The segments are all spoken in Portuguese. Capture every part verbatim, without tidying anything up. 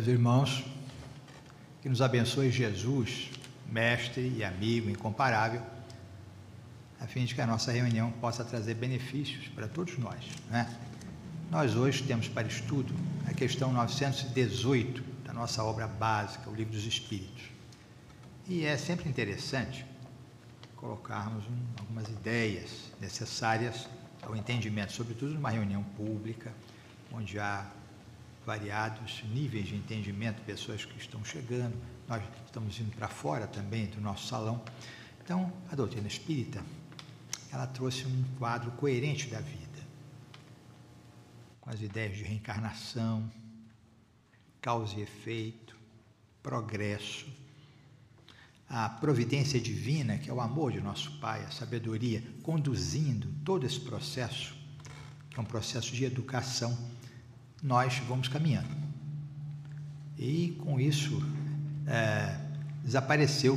Meus irmãos, que nos abençoe Jesus, mestre e amigo incomparável, a fim de que a nossa reunião possa trazer benefícios para todos nós, né? Nós hoje temos para estudo a questão novecentos e dezoito da nossa obra básica, o Livro dos Espíritos. E é sempre interessante colocarmos um, algumas ideias necessárias ao entendimento, sobretudo numa reunião pública, onde há variados níveis de entendimento, pessoas que estão chegando, nós estamos indo para fora também do nosso salão. Então, a doutrina espírita, ela trouxe um quadro coerente da vida, com as ideias de reencarnação, causa e efeito, progresso, a providência divina, que é o amor de nosso Pai, a sabedoria, conduzindo todo esse processo, que é um processo de educação. Nós vamos caminhando. E com isso é, desapareceu.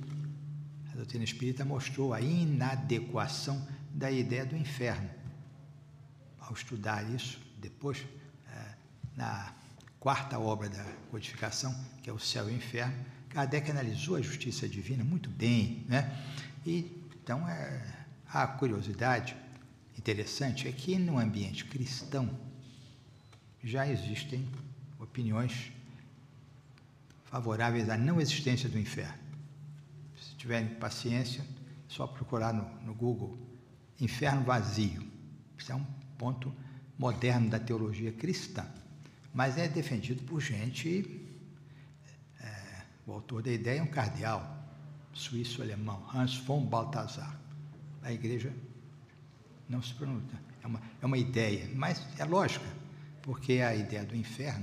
A doutrina espírita mostrou a inadequação da ideia do inferno. Ao estudar isso, depois, é, na quarta obra da codificação, que é o Céu e o Inferno, Kardec analisou a justiça divina muito bem, né? E, então, é, a curiosidade interessante é que no ambiente cristão já existem opiniões favoráveis à não existência do inferno. Se tiverem paciência, é só procurar no, no Google inferno vazio. Isso é um ponto moderno da teologia cristã, mas é defendido por gente, é, o autor da ideia é um cardeal suíço-alemão, Hans von Balthasar. A igreja não se pronuncia, é uma, é uma ideia, mas é lógica, porque a ideia do inferno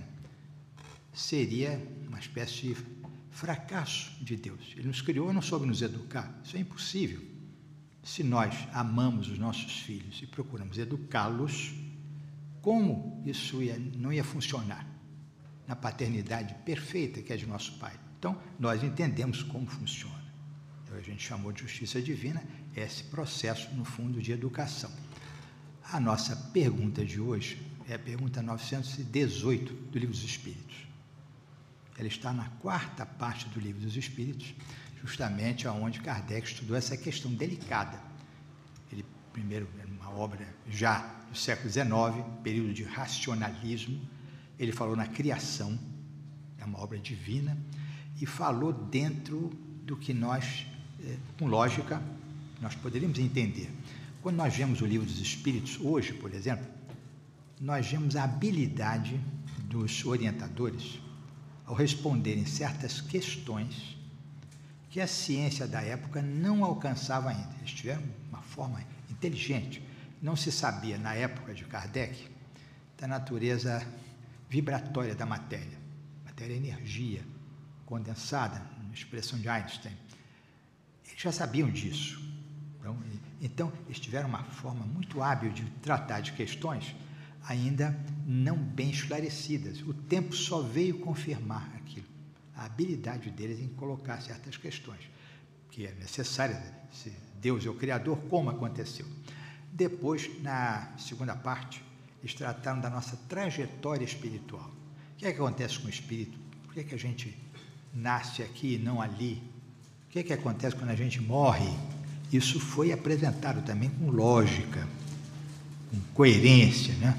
seria uma espécie de fracasso de Deus. Ele nos criou e não soube nos educar. Isso é impossível. Se nós amamos os nossos filhos e procuramos educá-los, como isso ia, não ia funcionar na paternidade perfeita que é de nosso Pai? Então, nós entendemos como funciona. Então, a gente chamou de justiça divina esse processo, no fundo, de educação. A nossa pergunta de hoje é a pergunta novecentos e dezoito do Livro dos Espíritos. Ela está na quarta parte do Livro dos Espíritos, justamente onde Kardec estudou essa questão delicada. Ele, primeiro, era uma obra já do século dezenove, período de racionalismo, ele falou na criação, é uma obra divina, e falou dentro do que nós, com lógica, nós poderíamos entender. Quando nós vemos o Livro dos Espíritos, hoje, por exemplo, nós vemos a habilidade dos orientadores ao responderem certas questões que a ciência da época não alcançava ainda. Eles tiveram uma forma inteligente. Não se sabia, na época de Kardec, da natureza vibratória da matéria. Matéria é energia condensada, na expressão de Einstein. Eles já sabiam disso. Então, então, eles tiveram uma forma muito hábil de tratar de questões ainda não bem esclarecidas. O tempo só veio confirmar aquilo, a habilidade deles em colocar certas questões, que é necessária, se Deus é o Criador, como aconteceu. Depois, na segunda parte, eles trataram da nossa trajetória espiritual. O que é que acontece com o espírito? Por que é que a gente nasce aqui e não ali? O que é que acontece quando a gente morre? Isso foi apresentado também com lógica, com coerência, né?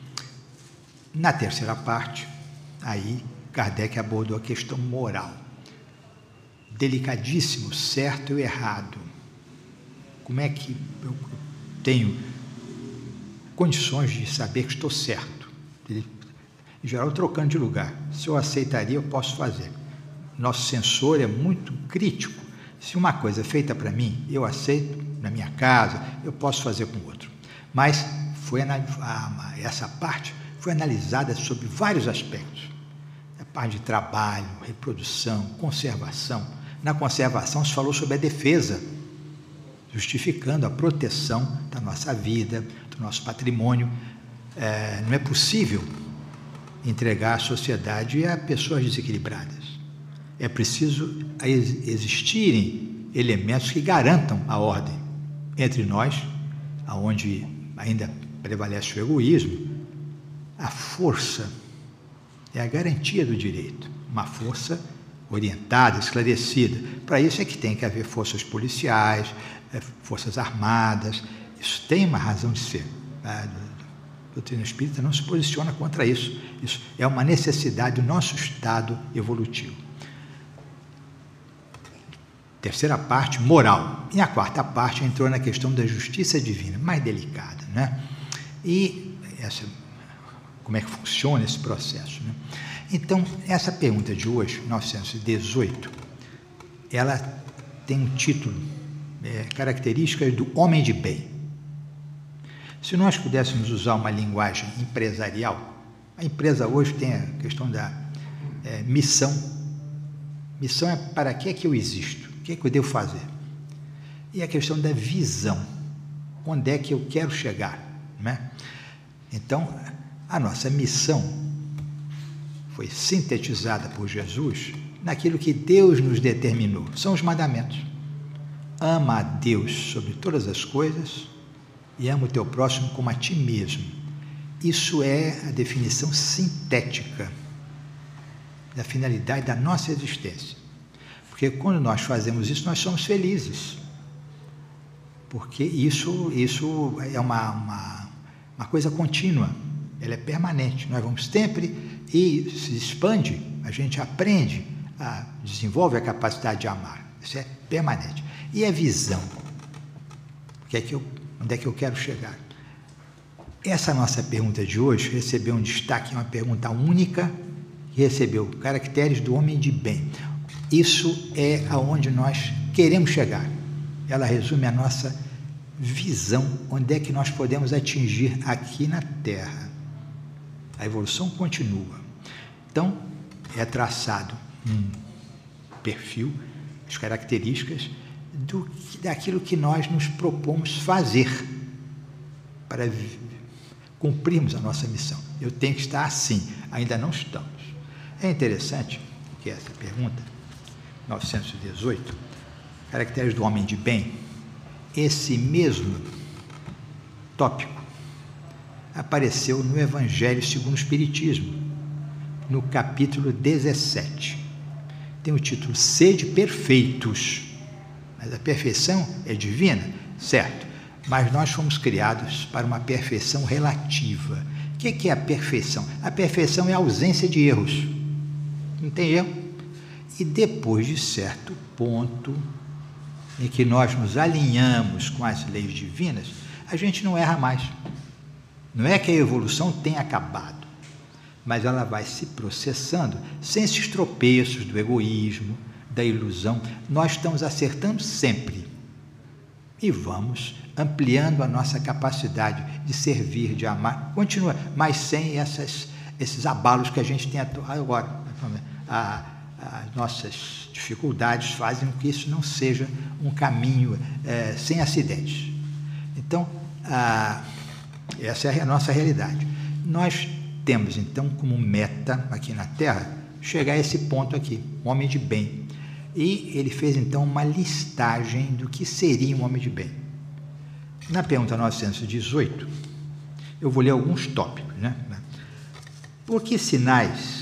Na terceira parte, aí Kardec abordou a questão moral. Delicadíssimo, certo e errado. Como é que eu tenho condições de saber que estou certo? Em geral, trocando de lugar. Se eu aceitaria, eu posso fazer. Nosso sensor é muito crítico. Se uma coisa é feita para mim, eu aceito na minha casa, eu posso fazer com o outro. Mas foi essa parte foi analisada sobre vários aspectos. A parte de trabalho, reprodução, conservação. Na conservação se falou sobre a defesa, justificando a proteção da nossa vida, do nosso patrimônio. É, não é possível entregar a sociedade a pessoas desequilibradas. É preciso existirem elementos que garantam a ordem entre nós, aonde ainda prevalece o egoísmo. A força é a garantia do direito, uma força orientada, esclarecida. Para isso é que tem que haver forças policiais, forças armadas, isso tem uma razão de ser. A doutrina espírita não se posiciona contra isso, isso é uma necessidade do nosso estado evolutivo. Terceira parte, moral. E a quarta parte entrou na questão da justiça divina, mais delicada, né? E essa, como é que funciona esse processo, né? Então, essa pergunta de hoje, novecentos e dezoito, ela tem um título, é, Características do Homem de Bem. Se nós pudéssemos usar uma linguagem empresarial, a empresa hoje tem a questão da é, missão. Missão é para que é que eu existo? O que é que eu devo fazer? E a questão da visão. Onde é que eu quero chegar? Né? Então, a nossa missão foi sintetizada por Jesus naquilo que Deus nos determinou. São os mandamentos. Ama a Deus sobre todas as coisas e ama o teu próximo como a ti mesmo. Isso é a definição sintética da finalidade da nossa existência. Porque quando nós fazemos isso, nós somos felizes. Porque isso, isso é uma, uma, uma coisa contínua, ela é permanente. Nós vamos sempre e se expande, a gente aprende, a, desenvolve a capacidade de amar. Isso é permanente. E a visão? O que é que eu, onde é que eu quero chegar? Essa nossa pergunta de hoje recebeu um destaque, uma pergunta única, que recebeu caracteres do homem de bem. Isso é aonde nós queremos chegar. Ela resume a nossa visão, onde é que nós podemos atingir aqui na Terra. A evolução continua. Então, é traçado um perfil, as características do, daquilo que nós nos propomos fazer para cumprirmos a nossa missão. Eu tenho que estar assim, ainda não estamos. É interessante que essa pergunta, novecentos e dezoito, caracteres do homem de bem, esse mesmo tópico apareceu no Evangelho segundo o Espiritismo, no capítulo dezessete. Tem o título Sede Perfeitos. Mas a perfeição é divina? Certo. Mas nós fomos criados para uma perfeição relativa. O que é a perfeição? A perfeição é a ausência de erros. Não tem erro. E depois de certo ponto em que nós nos alinhamos com as leis divinas, a gente não erra mais. Não é que a evolução tenha acabado, mas ela vai se processando sem esses tropeços do egoísmo, da ilusão. Nós estamos acertando sempre e vamos ampliando a nossa capacidade de servir, de amar. Continua, mas sem essas, esses abalos que a gente tem agora. A, as nossas dificuldades fazem com que isso não seja um caminho é, sem acidentes. Então, a essa é a nossa realidade. Nós temos, então, como meta aqui na Terra, chegar a esse ponto aqui, um homem de bem. E ele fez, então, uma listagem do que seria um homem de bem. Na pergunta novecentos e dezoito, eu vou ler alguns tópicos, né? Por que sinais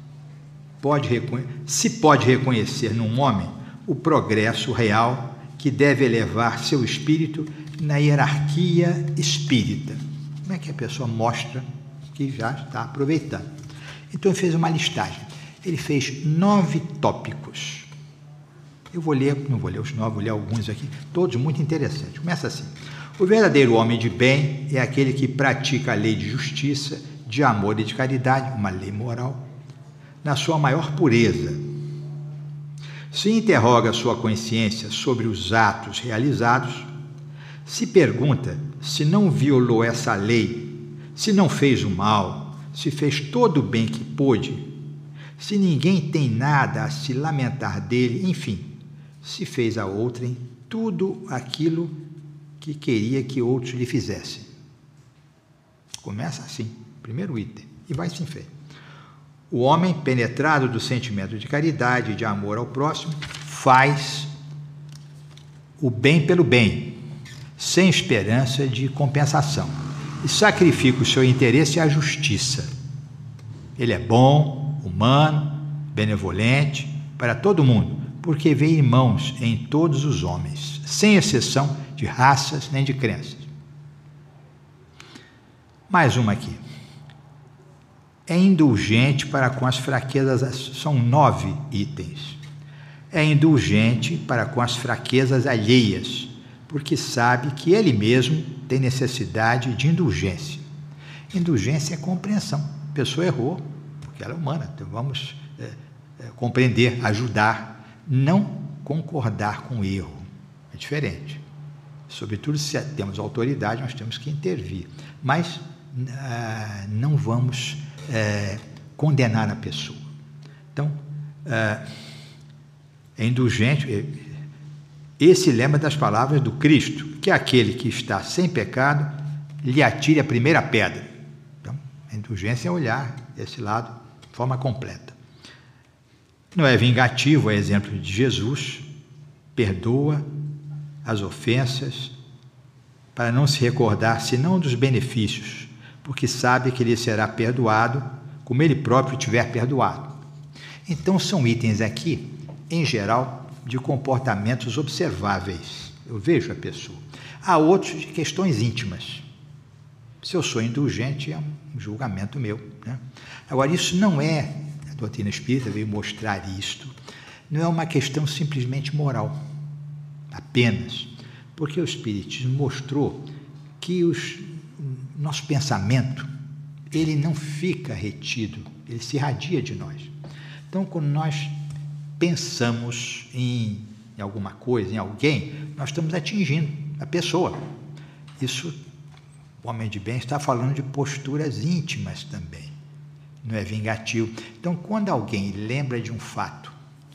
pode se pode reconhecer num homem o progresso real que deve elevar seu espírito na hierarquia espírita? Como é que a pessoa mostra que já está aproveitando? Então ele fez uma listagem. Ele fez nove tópicos. Eu vou ler, não vou ler os nove, vou ler alguns aqui, todos muito interessantes. Começa assim. O verdadeiro homem de bem é aquele que pratica a lei de justiça, de amor e de caridade, uma lei moral, na sua maior pureza. Se interroga a sua consciência sobre os atos realizados, se pergunta se não violou essa lei, se não fez o mal, se fez todo o bem que pôde, se ninguém tem nada a se lamentar dele, enfim, se fez a outrem tudo aquilo que queria que outros lhe fizessem. Começa assim, primeiro item, e vai-se em frente. O homem, penetrado do sentimento de caridade e de amor ao próximo, faz o bem pelo bem, sem esperança de compensação, e sacrifica o seu interesse à justiça. Ele é bom, humano, benevolente, para todo mundo, porque vê irmãos em todos os homens, sem exceção de raças nem de crenças. Mais uma aqui. É indulgente para com as fraquezas, são nove itens. É indulgente para com as fraquezas alheias, porque sabe que ele mesmo tem necessidade de indulgência. Indulgência é compreensão. A pessoa errou, porque ela é humana, então vamos é, é, compreender, ajudar, não concordar com o erro. É diferente. Sobretudo se temos autoridade, nós temos que intervir. Mas ah, não vamos é, condenar a pessoa. Então, ah, é indulgente. Esse lembra das palavras do Cristo, que aquele que está sem pecado lhe atire a primeira pedra. Então, a indulgência é olhar esse lado de forma completa. Não é vingativo, é exemplo de Jesus, perdoa as ofensas, para não se recordar senão dos benefícios, porque sabe que lhe será perdoado, como ele próprio tiver perdoado. Então, são itens aqui, em geral, de comportamentos observáveis. Eu vejo a pessoa. Há outros de questões íntimas. Se eu sou indulgente, é um julgamento meu, né? Agora, isso não é, a doutrina espírita veio mostrar isto, não é uma questão simplesmente moral, apenas, porque o Espiritismo mostrou que os, nosso pensamento, ele não fica retido, ele se irradia de nós. Então, quando nós pensamos em, em alguma coisa, em alguém, nós estamos atingindo a pessoa. Isso, o homem de bem está falando de posturas íntimas também, não é vingativo. Então, quando alguém lembra de um fato,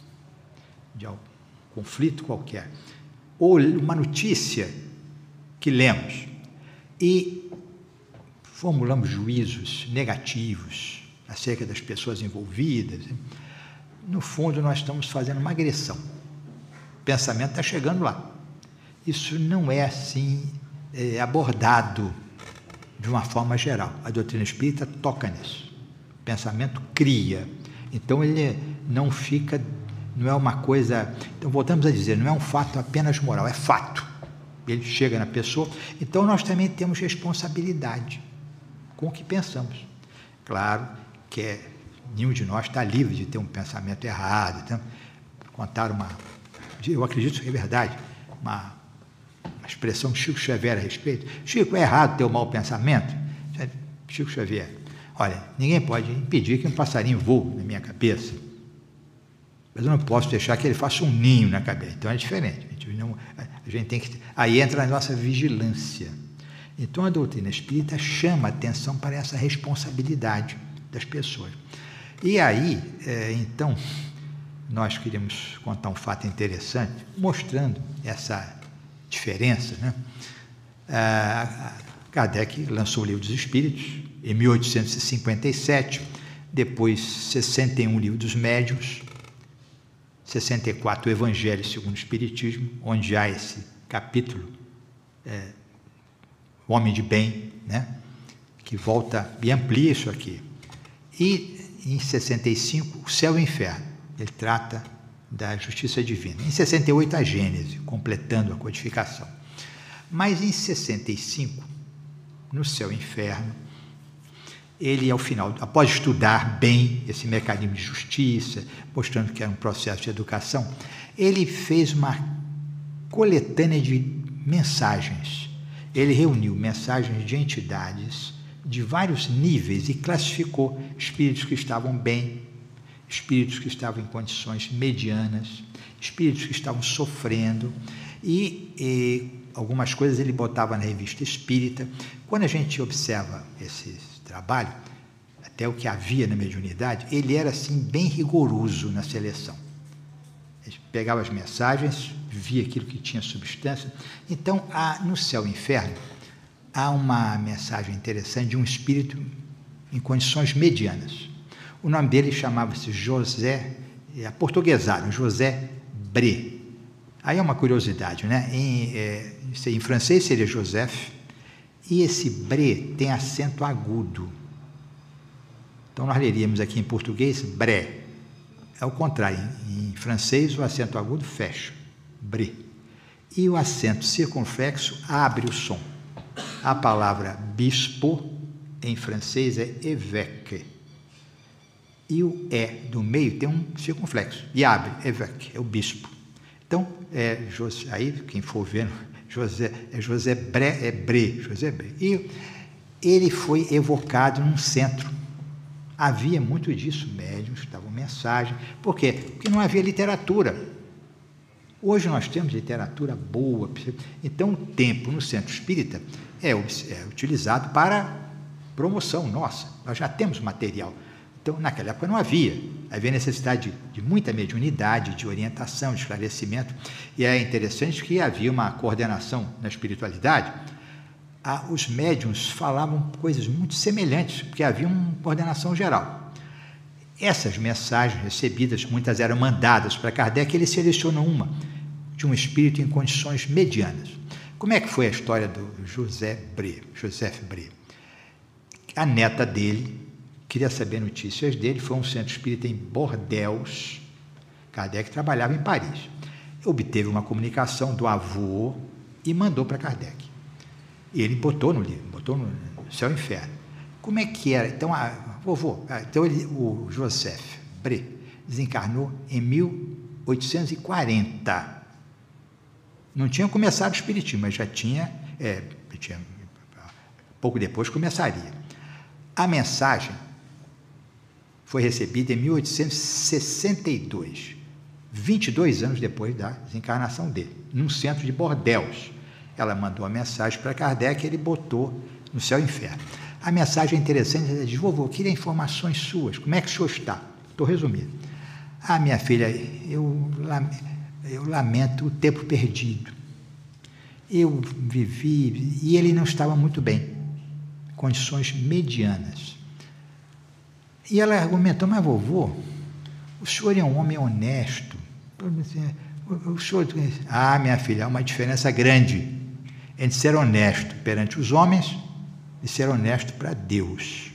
de algum conflito qualquer, ou uma notícia que lemos e formulamos juízos negativos acerca das pessoas envolvidas, no fundo nós estamos fazendo uma agressão. O pensamento está chegando lá. Isso não é assim é, abordado de uma forma geral. A doutrina espírita toca nisso. O pensamento cria. Então ele não fica, não é uma coisa... Então voltamos a dizer, não é um fato apenas moral, é fato. Ele chega na pessoa. Então nós também temos responsabilidade com o que pensamos. Claro que é, nenhum de nós está livre de ter um pensamento errado. Então, contar uma... Eu acredito que é verdade, uma, uma expressão de Chico Xavier a respeito. Chico, é errado ter um mau pensamento? Chico Xavier, olha, ninguém pode impedir que um passarinho voe na minha cabeça, mas eu não posso deixar que ele faça um ninho na cabeça. Então é diferente. A gente, não, a gente tem que... Aí entra a nossa vigilância. Então a doutrina espírita chama a atenção para essa responsabilidade das pessoas. E aí, é, então, nós queríamos contar um fato interessante, mostrando essa diferença, né? Ah, Kardec lançou o Livro dos Espíritos em mil oitocentos e cinquenta e sete, depois sessenta e um, Livro dos Médiuns, sessenta e quatro, o Evangelho segundo o Espiritismo, onde há esse capítulo, é, o homem de bem, né? Que volta e amplia isso aqui. E em sessenta e cinco, o céu e o inferno, ele trata da justiça divina. Em sessenta e oito, a Gênese, completando a codificação. Mas em sessenta e cinco, no céu e inferno, ele, ao final, após estudar bem esse mecanismo de justiça, mostrando que era um processo de educação, ele fez uma coletânea de mensagens. Ele reuniu mensagens de entidades de vários níveis e classificou espíritos que estavam bem, espíritos que estavam em condições medianas, espíritos que estavam sofrendo, e, e algumas coisas ele botava na Revista Espírita. Quando a gente observa esse trabalho, até o que havia na mediunidade, ele era assim bem rigoroso na seleção. Ele pegava as mensagens, via aquilo que tinha substância. Então, há, no Céu e Inferno, há uma mensagem interessante de um espírito em condições medianas. O nome dele chamava-se José, aportuguesado, José Bré. Aí é uma curiosidade, né? Em, é, em francês seria Joseph, e esse Bré tem acento agudo. Então, nós leríamos aqui em português, bré. É o contrário, em, em francês o acento agudo fecha, bré. E o acento circunflexo abre o som. A palavra bispo, em francês, é évêque. E o E do meio tem um circunflexo, e abre, évêque, é o bispo. Então, é, José, aí, quem for vendo, José, é José Bré, é Bré, José Bré. E ele foi evocado num centro. Havia muito disso, médiuns, davam mensagem. Por quê? Porque não havia literatura. Hoje nós temos literatura boa. Então, o tempo no centro espírita é, é utilizado para promoção nossa. Nós já temos material. Então, naquela época não havia. Havia necessidade de, de muita mediunidade, de orientação, de esclarecimento. E é interessante que havia uma coordenação na espiritualidade. Ah, os médiuns falavam coisas muito semelhantes, porque havia uma coordenação geral. Essas mensagens recebidas, muitas eram mandadas para Kardec, ele selecionou uma, de um espírito em condições medianas. Como é que foi a história do José Bré, Joseph Bré? A neta dele queria saber notícias dele, foi um centro espírita em Bordeaux. Kardec trabalhava em Paris. Obteve uma comunicação do avô e mandou para Kardec. E ele botou no livro, botou no Céu e Inferno. Como é que era? Então, a, vovô, então ele, o Joseph Bré desencarnou em mil oitocentos e quarenta. Não tinha começado o espiritismo, mas já tinha, é, tinha, pouco depois começaria. A mensagem foi recebida em mil oitocentos e sessenta e dois, vinte e dois anos depois da desencarnação dele, num centro de Bordeaux. Ela mandou a mensagem para Kardec e ele botou no Céu e Inferno. A mensagem é interessante, ela diz, vovô, eu queria informações suas, como é que o senhor está? Estou resumindo. Ah, minha filha, eu, eu lamento o tempo perdido. Eu vivi, e ele não estava muito bem, condições medianas. E ela argumentou, mas vovô, o senhor é um homem honesto. O senhor... Ah, minha filha, há uma diferença grande entre ser honesto perante os homens e ser honesto para Deus.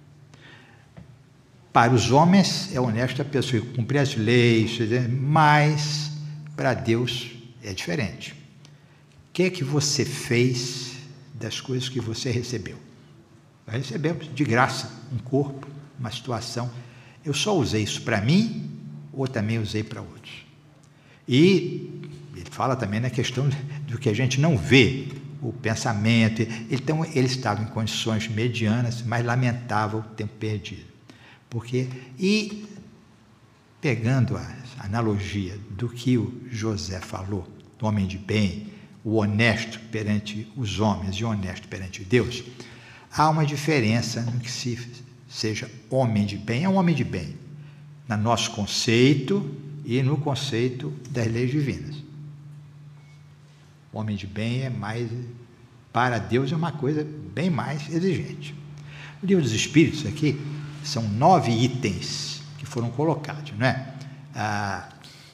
Para os homens é honesto a pessoa que cumpre as leis, mas para Deus é diferente. O que é que você fez das coisas que você recebeu? Nós recebemos de graça um corpo, uma situação. Eu só usei isso para mim ou também usei para outros? E ele fala também na questão do que a gente não vê, o pensamento. Então, ele estava em condições medianas, mas lamentava o tempo perdido. Porque, e pegando a analogia do que o José falou, do homem de bem, o honesto perante os homens e o honesto perante Deus, há uma diferença no que se seja homem de bem. É um homem de bem, no nosso conceito e no conceito das leis divinas. O homem de bem é mais, para Deus é uma coisa bem mais exigente. O Livro dos Espíritos aqui são nove itens que foram colocados, não é? Ah,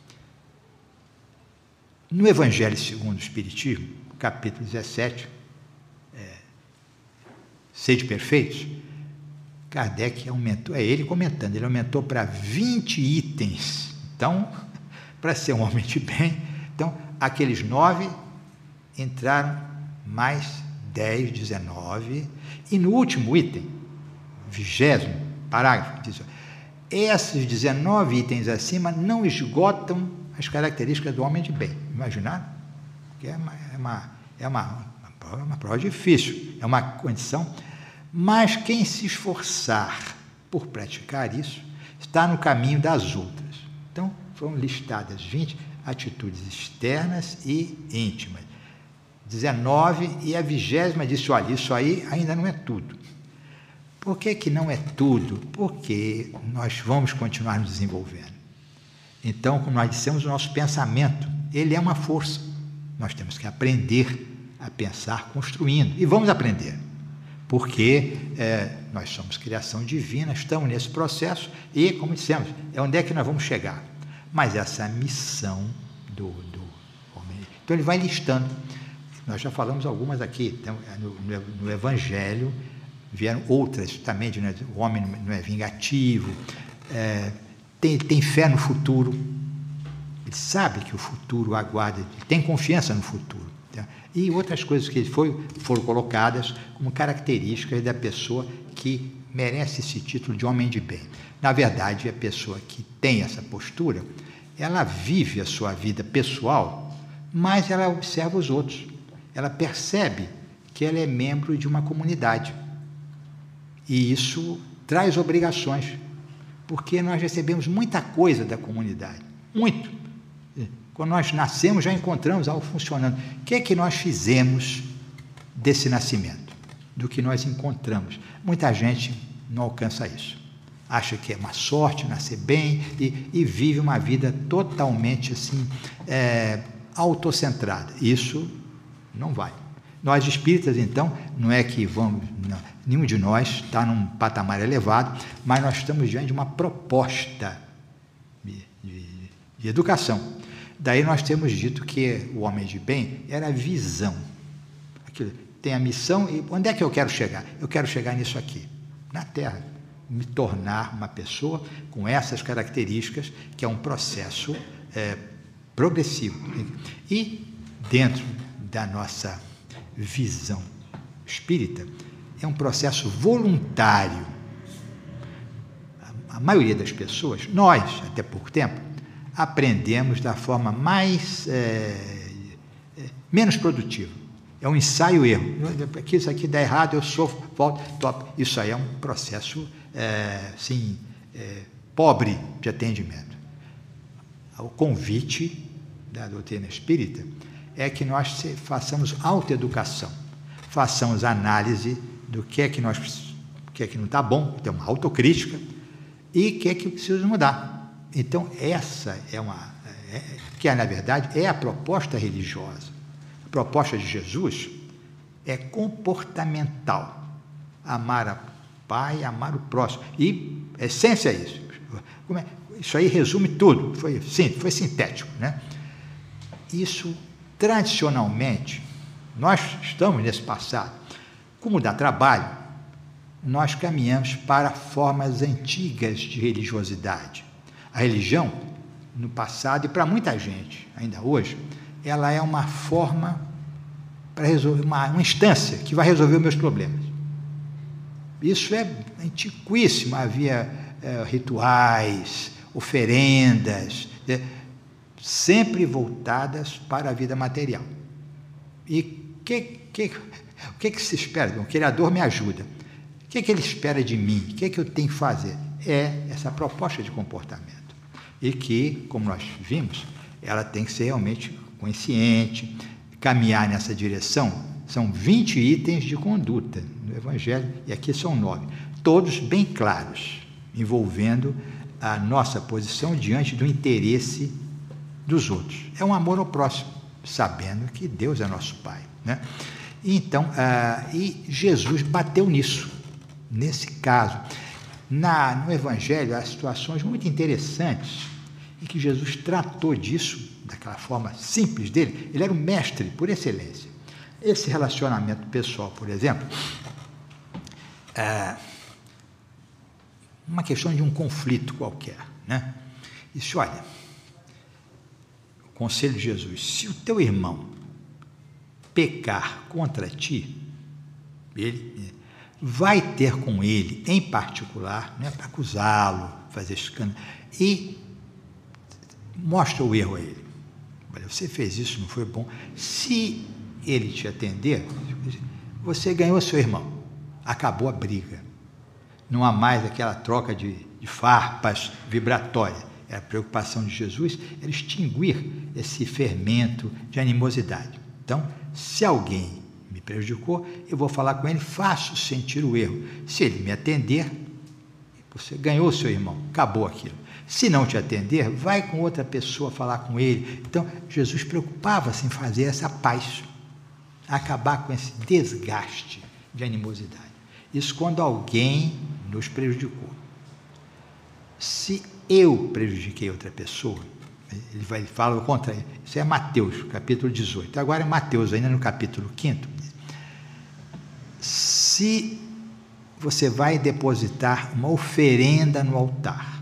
no Evangelho segundo o Espiritismo, capítulo dezessete, é, Sede Perfeitos, Kardec aumentou, é ele comentando, ele aumentou para vinte itens. Então, para ser um homem de bem, então, aqueles nove entraram mais dez, dezenove, e no último item, vigésimo parágrafo, diz, esses dezenove itens acima não esgotam as características do homem de bem. Imaginaram? Porque é uma, é uma, é uma, uma, prova, uma prova difícil, é uma condição, mas quem se esforçar por praticar isso, está no caminho das outras. Então, foram listadas vinte atitudes externas e íntimas. dezenove, e a vigésima disse, olha, isso aí ainda não é tudo. Por que que não é tudo? Porque nós vamos continuar nos desenvolvendo. Então, como nós dissemos, o nosso pensamento, ele é uma força. Nós temos que aprender a pensar construindo. E vamos aprender. Porque é, nós somos criação divina, estamos nesse processo e, como dissemos, é onde é que nós vamos chegar. Mas essa missão do, do homem... Então, ele vai listando. Nós já falamos algumas aqui, então, no, no Evangelho, vieram outras também, de, né, o homem não é vingativo, é, tem, tem fé no futuro, ele sabe que o futuro aguarda, tem confiança no futuro. Tá? E outras coisas que foi, foram colocadas como características da pessoa que merece esse título de homem de bem. Na verdade, a pessoa que tem essa postura, ela vive a sua vida pessoal, mas ela observa os outros. Ela percebe que ela é membro de uma comunidade. E isso traz obrigações, porque nós recebemos muita coisa da comunidade, muito. Quando nós nascemos, já encontramos algo funcionando. O que é que nós fizemos desse nascimento? Do que nós encontramos? Muita gente não alcança isso. Acha que é uma sorte nascer bem e, e vive uma vida totalmente assim, é, autocentrada. Isso não vai. Nós espíritas, então, não é que vamos... Não, nenhum de nós está num patamar elevado, mas nós estamos diante de uma proposta de, de, de educação. Daí nós temos dito que o homem de bem era a visão. Aquilo, tem a missão e onde é que eu quero chegar? Eu quero chegar nisso aqui, na Terra. Me tornar uma pessoa com essas características, que é um processo é, progressivo. E dentro da nossa visão espírita, é um processo voluntário. A, a maioria das pessoas, nós, até pouco tempo, aprendemos da forma mais é, é, menos produtiva. É um ensaio-erro. Isso aqui dá errado, eu sofro, volto, top. Isso aí é um processo é, assim, é, pobre de atendimento. O convite da doutrina espírita é que nós façamos autoeducação, façamos análise do que é que nós, o que é que não está bom, tem uma autocrítica, e o que é que precisa mudar. Então, essa é uma, é, que é, na verdade, é a proposta religiosa. A proposta de Jesus é comportamental. Amar o Pai, amar o próximo. E a essência é isso. Como é? Isso aí resume tudo. Foi, sim, foi sintético, né? Isso, tradicionalmente, nós estamos nesse passado. Como dá trabalho, nós caminhamos para formas antigas de religiosidade. A religião, no passado, e para muita gente, ainda hoje, ela é uma forma para resolver, uma, uma instância que vai resolver os meus problemas. Isso é antiquíssimo, havia é, rituais, oferendas, é, sempre voltadas para a vida material. E que, que, o que, que se espera? O Criador me ajuda. O que, que ele espera de mim? O que, que eu tenho que fazer? É essa proposta de comportamento. E que, como nós vimos, ela tem que ser realmente consciente, caminhar nessa direção. São vinte itens de conduta no Evangelho, e aqui são nove, todos bem claros, envolvendo a nossa posição diante do interesse dos outros. É um amor ao próximo, sabendo que Deus é nosso Pai, né? Então, ah, e Jesus bateu nisso, nesse caso. Na, no Evangelho, há situações muito interessantes em que Jesus tratou disso, daquela forma simples dele. Ele era o mestre por excelência. Esse relacionamento pessoal, por exemplo, é uma questão de um conflito qualquer, né? E disse, olha, o conselho de Jesus, se o teu irmão pecar contra ti, ele vai ter com ele, em particular, né, para acusá-lo, fazer escândalo, e mostra o erro a ele. Olha, você fez isso, não foi bom. Se ele te atender, você ganhou seu irmão. Acabou a briga. Não há mais aquela troca de, de farpas vibratórias. A preocupação de Jesus era extinguir esse fermento de animosidade. Então, se alguém me prejudicou, eu vou falar com ele, faço sentir o erro. Se ele me atender, você ganhou seu irmão, acabou aquilo. Se não te atender, vai com outra pessoa falar com ele. Então, Jesus preocupava-se em fazer essa paz, acabar com esse desgaste de animosidade. Isso quando alguém nos prejudicou. Se eu prejudiquei outra pessoa, ele, vai, ele fala o contrário. Isso é Mateus, capítulo dezoito. Agora é Mateus, ainda no capítulo quinto. Se você vai depositar uma oferenda no altar.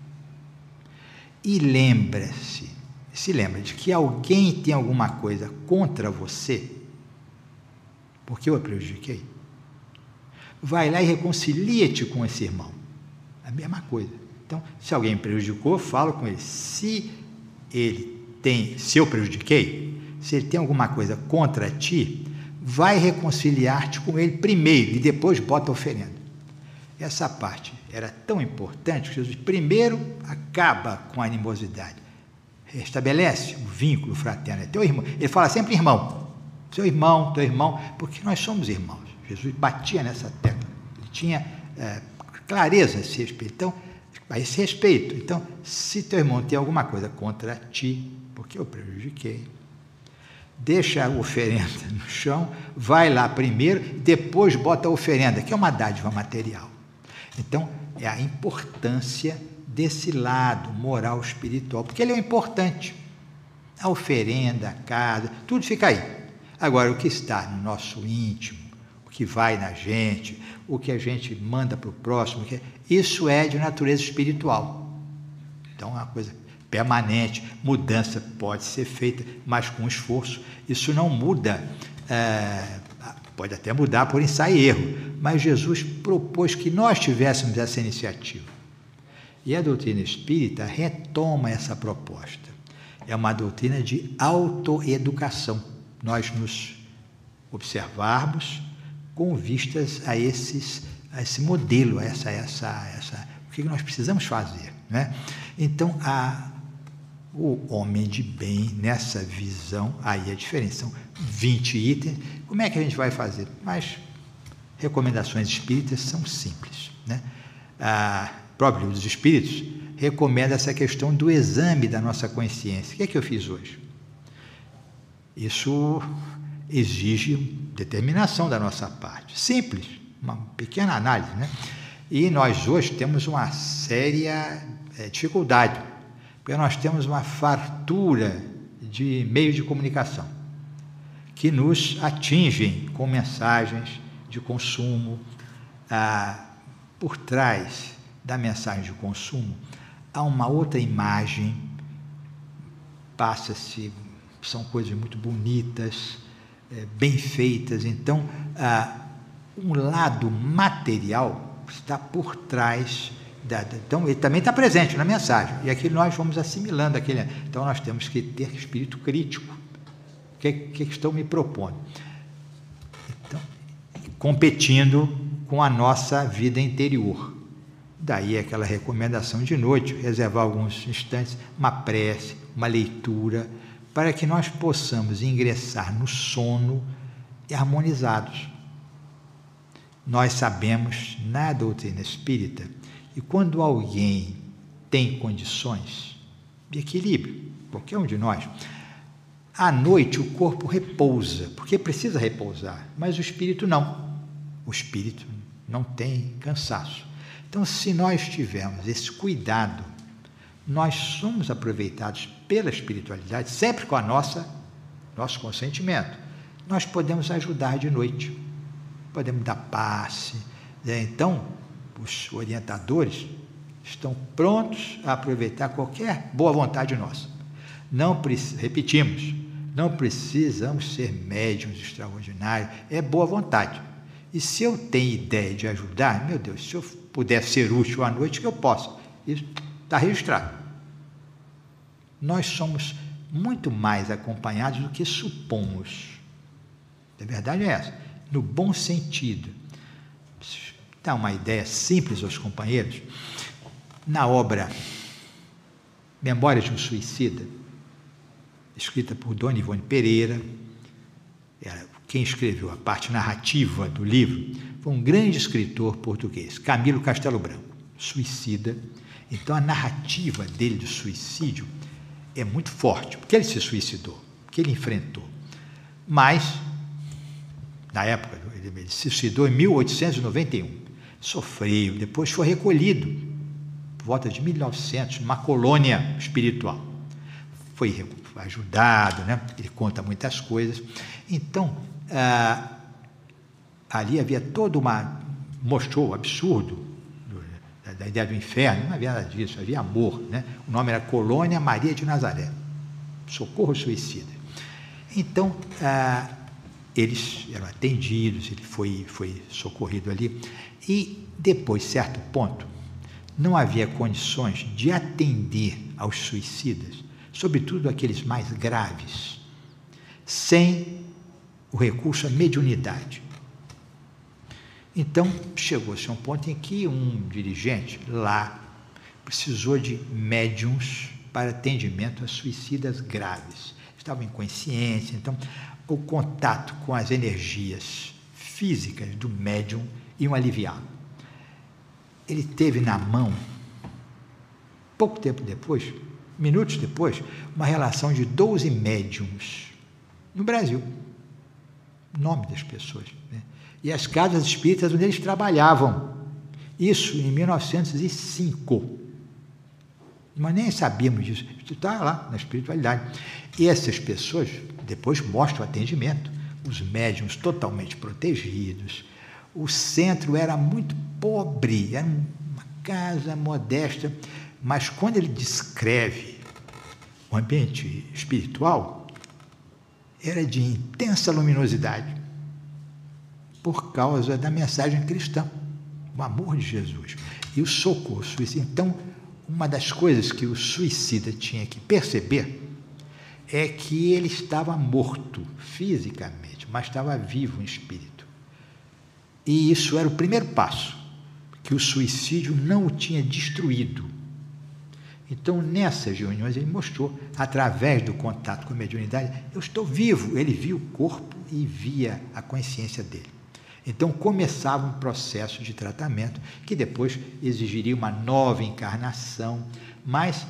E lembra-se, se lembra de que alguém tem alguma coisa contra você, porque eu a prejudiquei. Vai lá e reconcilia-te com esse irmão. A mesma coisa. Então, se alguém me prejudicou, eu falo com ele. Se ele tem, se eu prejudiquei, se ele tem alguma coisa contra ti, vai reconciliar-te com ele primeiro e depois bota a oferenda. Essa parte era tão importante que Jesus primeiro acaba com a animosidade, restabelece o vínculo fraterno. É teu irmão. Ele fala sempre irmão, seu irmão, teu irmão, porque nós somos irmãos. Jesus batia nessa tecla, ele tinha é, clareza a esse respeito. Então, a esse respeito, então, se teu irmão tem alguma coisa contra ti, porque eu prejudiquei, deixa a oferenda no chão, vai lá primeiro, depois bota a oferenda, que é uma dádiva material. Então, é a importância desse lado moral espiritual, porque ele é o importante. A oferenda, a casa, tudo fica aí. Agora, o que está no nosso íntimo, o que vai na gente, o que a gente manda para o próximo, isso é de natureza espiritual. Então, é uma coisa permanente, mudança pode ser feita, mas com esforço. Isso não muda, é, pode até mudar por ensaio e erro, mas Jesus propôs que nós tivéssemos essa iniciativa. E a doutrina espírita retoma essa proposta. É uma doutrina de autoeducação. Nós nos observarmos com vistas a, esses, a esse modelo, a essa, essa, essa, o que nós precisamos fazer, né? Então, a, o homem de bem, nessa visão, aí a diferença, são vinte itens. Como é que a gente vai fazer? Mas recomendações espíritas são simples, né? A próprio livro dos Espíritos recomenda essa questão do exame da nossa consciência. O que é que eu fiz hoje? Isso exige determinação da nossa parte. Simples, uma pequena análise, né? E nós hoje temos uma séria é, dificuldade, porque nós temos uma fartura de meios de comunicação que nos atingem com mensagens de consumo. Ah, por trás da mensagem de consumo há uma outra imagem, passa-se, são coisas muito bonitas, é, bem feitas. Então, ah, um lado material está por trás da, da, então ele também está presente na mensagem, e aquilo nós vamos assimilando aquele, então nós temos que ter espírito crítico. O que, que estão me propondo? Então, competindo com a nossa vida interior. Daí aquela recomendação de noite, reservar alguns instantes, uma prece, uma leitura, para que nós possamos ingressar no sono harmonizados. Nós sabemos na doutrina espírita que quando alguém tem condições de equilíbrio, qualquer um de nós, à noite o corpo repousa, porque precisa repousar, mas o espírito não. O espírito não tem cansaço. Então, se nós tivermos esse cuidado, nós somos aproveitados pela espiritualidade, sempre com a nossa, nosso consentimento. Nós podemos ajudar de noite, podemos dar passe, né? Então, os orientadores estão prontos a aproveitar qualquer boa vontade nossa. Não, repetimos, não precisamos ser médiuns extraordinários, é boa vontade. E se eu tenho ideia de ajudar, meu Deus, se eu puder ser útil à noite, que eu possa. Isso está registrado. Nós somos muito mais acompanhados do que supomos. A verdade é essa, no bom sentido. Dá uma ideia simples aos companheiros. Na obra Memórias de um Suicida, escrita por Dona Ivone Pereira, era quem escreveu a parte narrativa do livro, foi um grande escritor português, Camilo Castelo Branco, suicida. Então a narrativa dele do suicídio é muito forte, porque ele se suicidou, porque ele enfrentou. Mas, na época, ele se suicidou em mil oitocentos e noventa e um, sofreu, depois foi recolhido, por volta de mil e novecentos, numa colônia espiritual. Foi ajudado, né? Ele conta muitas coisas. Então, ah, ali havia toda uma mostrou o absurdo do, da, da ideia do inferno. Não havia nada disso, havia amor, né? O nome era Colônia Maria de Nazaré, socorro suicida. Então, ah, eles eram atendidos, ele foi, foi socorrido ali, e depois, certo ponto, não havia condições de atender aos suicidas, sobretudo aqueles mais graves, sem o recurso à mediunidade. Então, chegou-se a um ponto em que um dirigente lá precisou de médiums para atendimento a suicidas graves. Estavam inconscientes, então o contato com as energias físicas do médium iam aliviá-lo. Ele teve na mão, pouco tempo depois, minutos depois, uma relação de doze médiums no Brasil. O nome das pessoas, né? E as casas espíritas onde eles trabalhavam. Isso em mil novecentos e cinco. Nós nem sabíamos disso. Isso está lá na espiritualidade. E essas pessoas depois mostram o atendimento. Os médiuns totalmente protegidos. O centro era muito pobre, era uma casa modesta, mas quando ele descreve o ambiente espiritual, era de intensa luminosidade, por causa da mensagem cristã, o amor de Jesus e o socorro suicida. Então, uma das coisas que o suicida tinha que perceber é que ele estava morto fisicamente, mas estava vivo em espírito. E isso era o primeiro passo, que o suicídio não o tinha destruído. Então, nessas reuniões, ele mostrou, através do contato com a mediunidade, eu estou vivo. Ele via o corpo e via a consciência dele. Então, começava um processo de tratamento que depois exigiria uma nova encarnação, mas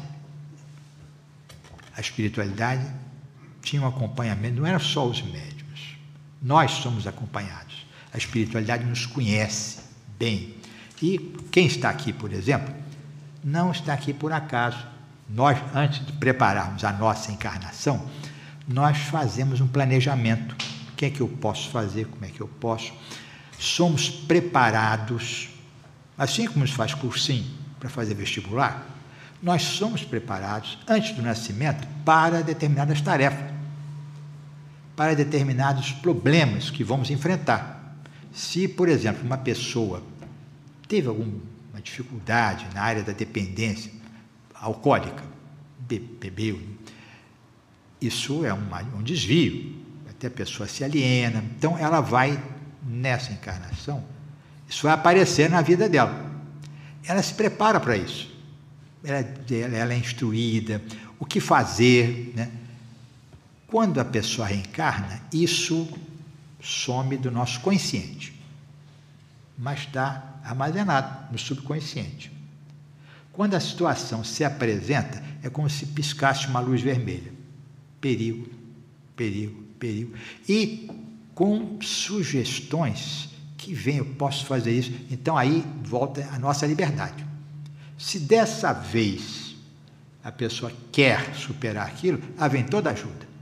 a espiritualidade tinha um acompanhamento, não eram só os médiuns, nós somos acompanhados. A espiritualidade nos conhece bem. E quem está aqui, por exemplo, não está aqui por acaso. Nós, antes de prepararmos a nossa encarnação, nós fazemos um planejamento. O que é que eu posso fazer? Como é que eu posso? Somos preparados, assim como se faz cursinho para fazer vestibular, nós somos preparados, antes do nascimento, para determinadas tarefas, para determinados problemas que vamos enfrentar. Se, por exemplo, uma pessoa teve alguma dificuldade na área da dependência alcoólica, bebeu, isso é uma, um desvio, até a pessoa se aliena, então ela vai, nessa encarnação, isso vai aparecer na vida dela. Ela se prepara para isso, ela, ela é instruída, o que fazer, né? Quando a pessoa reencarna, isso some do nosso consciente, mas está armazenado no subconsciente. Quando a situação se apresenta, é como se piscasse uma luz vermelha. Perigo, perigo, perigo. E com sugestões que vêm, eu posso fazer isso. Então aí volta a nossa liberdade. Se dessa vez a pessoa quer superar aquilo, aí vem toda a ajuda.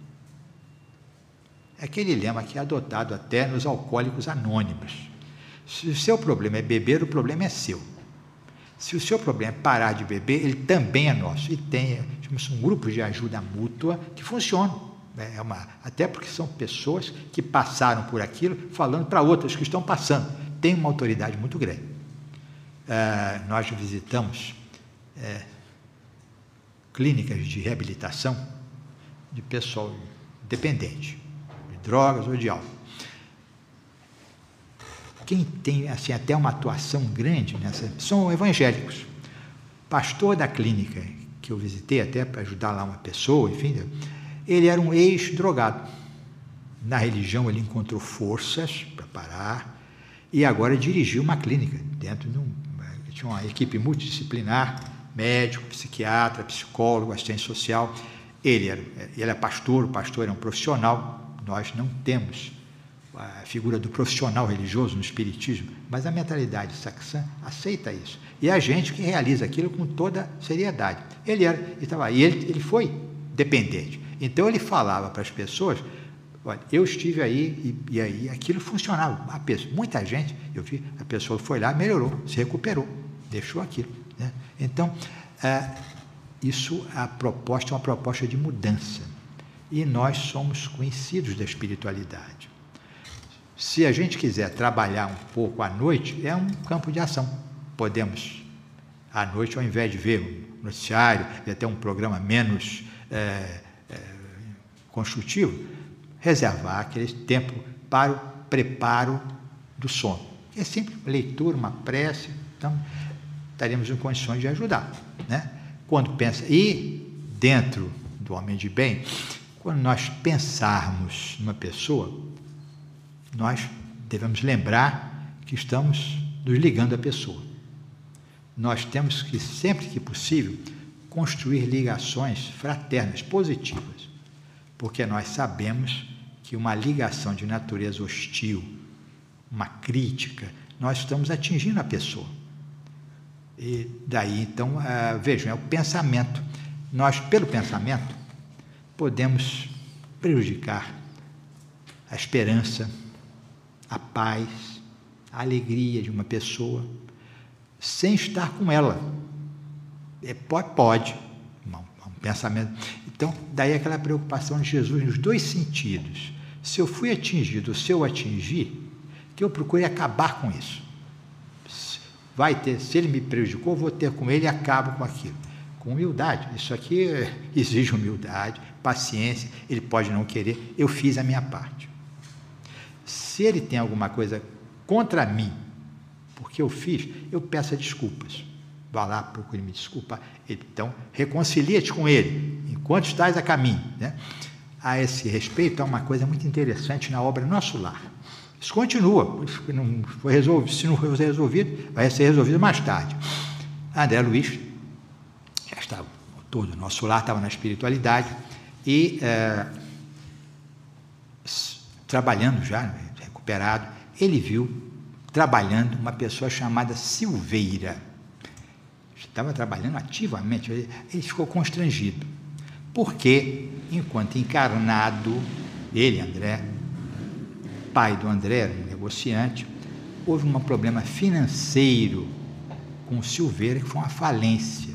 É aquele lema que é adotado até nos alcoólicos anônimos. Se o seu problema é beber, o problema é seu. Se o seu problema é parar de beber, ele também é nosso. E tem um grupo de ajuda mútua que funciona. É uma, até porque são pessoas que passaram por aquilo, falando para outras que estão passando. Tem uma autoridade muito grande. Ah, nós visitamos é, clínicas de reabilitação de pessoal dependente, de drogas ou de álcool. Quem tem assim, até uma atuação grande nessa, são evangélicos. Pastor da clínica que eu visitei, até para ajudar lá uma pessoa, enfim, ele era um ex-drogado. Na religião ele encontrou forças para parar e agora dirigiu uma clínica dentro de um, tinha uma equipe multidisciplinar, médico, psiquiatra, psicólogo, assistente social. Ele era, ele é pastor, o pastor era um profissional. Nós não temos a figura do profissional religioso no espiritismo, mas a mentalidade saxã aceita isso. E a gente que realiza aquilo com toda seriedade. Ele era, ele estava, e ele, ele foi dependente. Então ele falava para as pessoas, Olha, eu estive aí e, e aí aquilo funcionava. A pessoa, muita gente, eu vi, a pessoa foi lá, melhorou, se recuperou, deixou aquilo, né? Então, é, isso, a proposta é uma proposta de mudança. E nós somos conhecidos da espiritualidade. Se a gente quiser trabalhar um pouco à noite, é um campo de ação. Podemos, à noite, ao invés de ver um noticiário, e até um programa menos é, é, construtivo, reservar aquele tempo para o preparo do sono. É sempre leitura, uma prece, então estaremos em condições de ajudar, né? Quando pensa, e dentro do homem de bem, quando nós pensarmos numa pessoa, nós devemos lembrar que estamos nos ligando à pessoa. Nós temos que, sempre que possível, construir ligações fraternas, positivas, porque nós sabemos que uma ligação de natureza hostil, uma crítica, nós estamos atingindo a pessoa. E daí, então, uh, vejam, é o pensamento. Nós, pelo pensamento, podemos prejudicar a esperança, a paz, a alegria de uma pessoa, sem estar com ela. É, pode, pode, um, um pensamento. Então, daí aquela preocupação de Jesus nos dois sentidos. Se eu fui atingido, se eu atingir, que eu procure acabar com isso. Vai ter, se ele me prejudicou, vou ter com ele e acabo com aquilo. Com humildade. Isso aqui exige humildade, paciência, ele pode não querer, eu fiz a minha parte. Se ele tem alguma coisa contra mim, porque eu fiz, eu peço desculpas. Vá lá, procure me desculpar. Então, reconcilia-te com ele, enquanto estás a caminho, né? A esse respeito, há uma coisa muito interessante na obra Nosso Lar. Isso continua, não foi resolvido, se não foi resolvido, vai ser resolvido mais tarde. André Luiz já estava todo, Nosso Lar estava na espiritualidade e é, trabalhando já, recuperado, ele viu trabalhando uma pessoa chamada Silveira. Estava trabalhando ativamente, ele ficou constrangido, porque, enquanto encarnado, ele, André, pai do André, um negociante, houve um problema financeiro com o Silveira, que foi uma falência.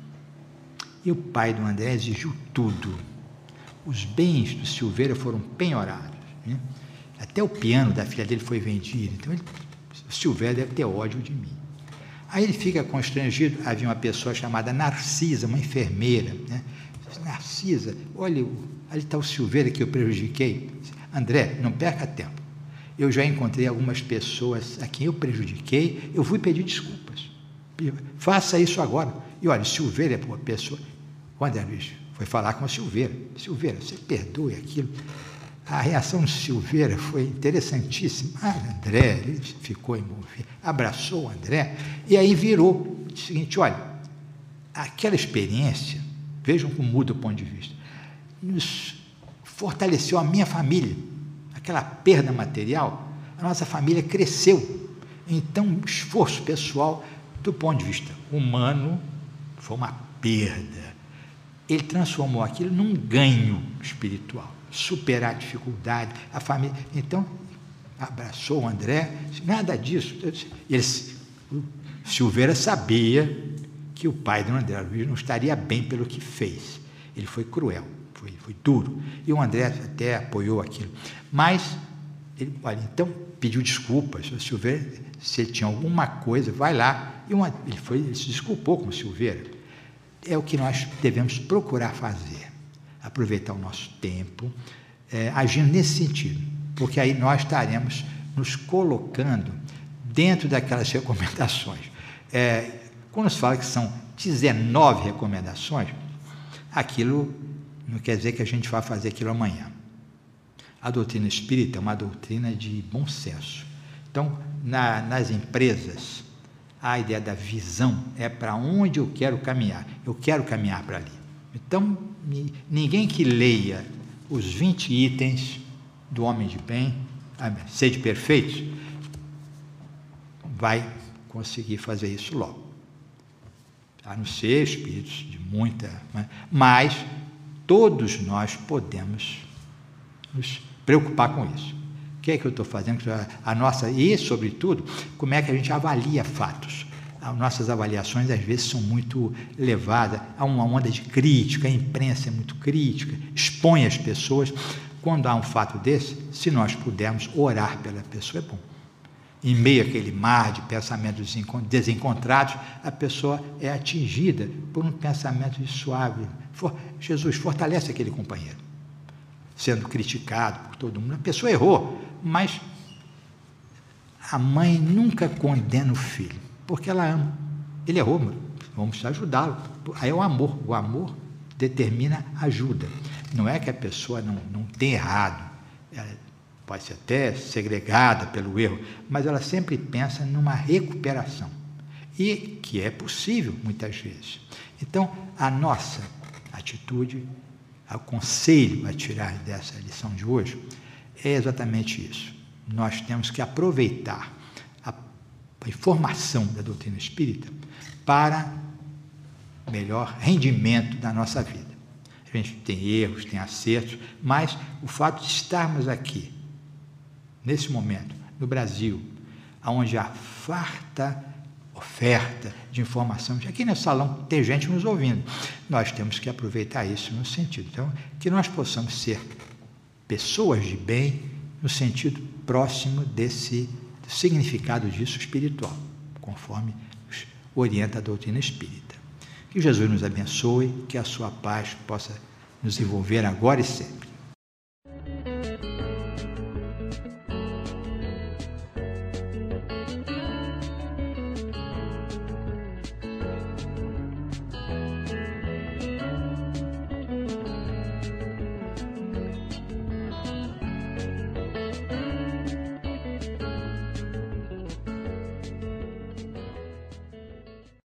E o pai do André exigiu tudo. Os bens do Silveira foram penhorados, né? Até o piano da filha dele foi vendido. Então, ele, o Silveira deve ter ódio de mim. Aí ele fica constrangido. Havia uma pessoa chamada Narcisa, uma enfermeira, né? Narcisa, olha, ali está o Silveira que eu prejudiquei. André, não perca tempo. Eu já encontrei algumas pessoas a quem eu prejudiquei, eu fui pedir desculpas. Faça isso agora. E olha, Silveira é uma pessoa... O André Luiz foi falar com o Silveira. Silveira, você perdoe aquilo. A reação do Silveira foi interessantíssima. Ah, André, ele ficou envolvido, abraçou o André, e aí virou o seguinte, olha, aquela experiência, vejam como muda o ponto de vista, nos fortaleceu a minha família. Aquela perda material, a nossa família cresceu. Então, o esforço pessoal, do ponto de vista humano, foi uma perda. Ele transformou aquilo num ganho espiritual, superar a dificuldade, a família. Então, abraçou o André, nada disso. Ele, o Silveira sabia que o pai do André Luiz não estaria bem pelo que fez. Ele foi cruel. Foi, foi duro, e o André até apoiou aquilo, mas ele, olha, então pediu desculpas, o Silveira, se ele tinha alguma coisa, vai lá, e uma, ele, foi, ele se desculpou com o Silveira. É o que nós devemos procurar fazer, aproveitar o nosso tempo, é, agindo nesse sentido, porque aí nós estaremos nos colocando dentro daquelas recomendações. É, quando se fala que são dezenove recomendações, aquilo não quer dizer que a gente vai fazer aquilo amanhã. A doutrina espírita é uma doutrina de bom senso. Então, na, nas empresas, a ideia da visão é para onde eu quero caminhar. Eu quero caminhar para ali. Então, ninguém que leia os vinte itens do homem de bem, sede perfeitos, vai conseguir fazer isso logo. A não ser espíritos de muita... Mas todos nós podemos nos preocupar com isso. O que é que eu estou fazendo? A nossa, e, sobretudo, como é que a gente avalia fatos. As nossas avaliações, às vezes, são muito levadas a uma onda de crítica, a imprensa é muito crítica, expõe as pessoas. Quando há um fato desse, se nós pudermos orar pela pessoa, é bom. Em meio àquele mar de pensamentos desencontrados, a pessoa é atingida por um pensamento suave. Jesus, fortalece aquele companheiro, sendo criticado por todo mundo. A pessoa errou, mas a mãe nunca condena o filho, porque ela ama. Ele errou, vamos ajudá-lo. Aí é o amor. O amor determina ajuda. Não é que a pessoa não, não tem errado, ela pode ser até segregada pelo erro, mas ela sempre pensa numa recuperação, e que é possível muitas vezes. Então, a nossa atitude, o conselho a tirar dessa lição de hoje, é exatamente isso. Nós temos que aproveitar a, a informação da doutrina espírita para melhor rendimento da nossa vida. A gente tem erros, tem acertos, mas o fato de estarmos aqui, nesse momento, no Brasil, onde há farta oferta de informação, aqui nesse salão tem gente nos ouvindo, nós temos que aproveitar isso no sentido, então, que nós possamos ser pessoas de bem, no sentido próximo desse significado disso espiritual, conforme nos orienta a doutrina espírita. Que Jesus nos abençoe, que a sua paz possa nos envolver agora e sempre.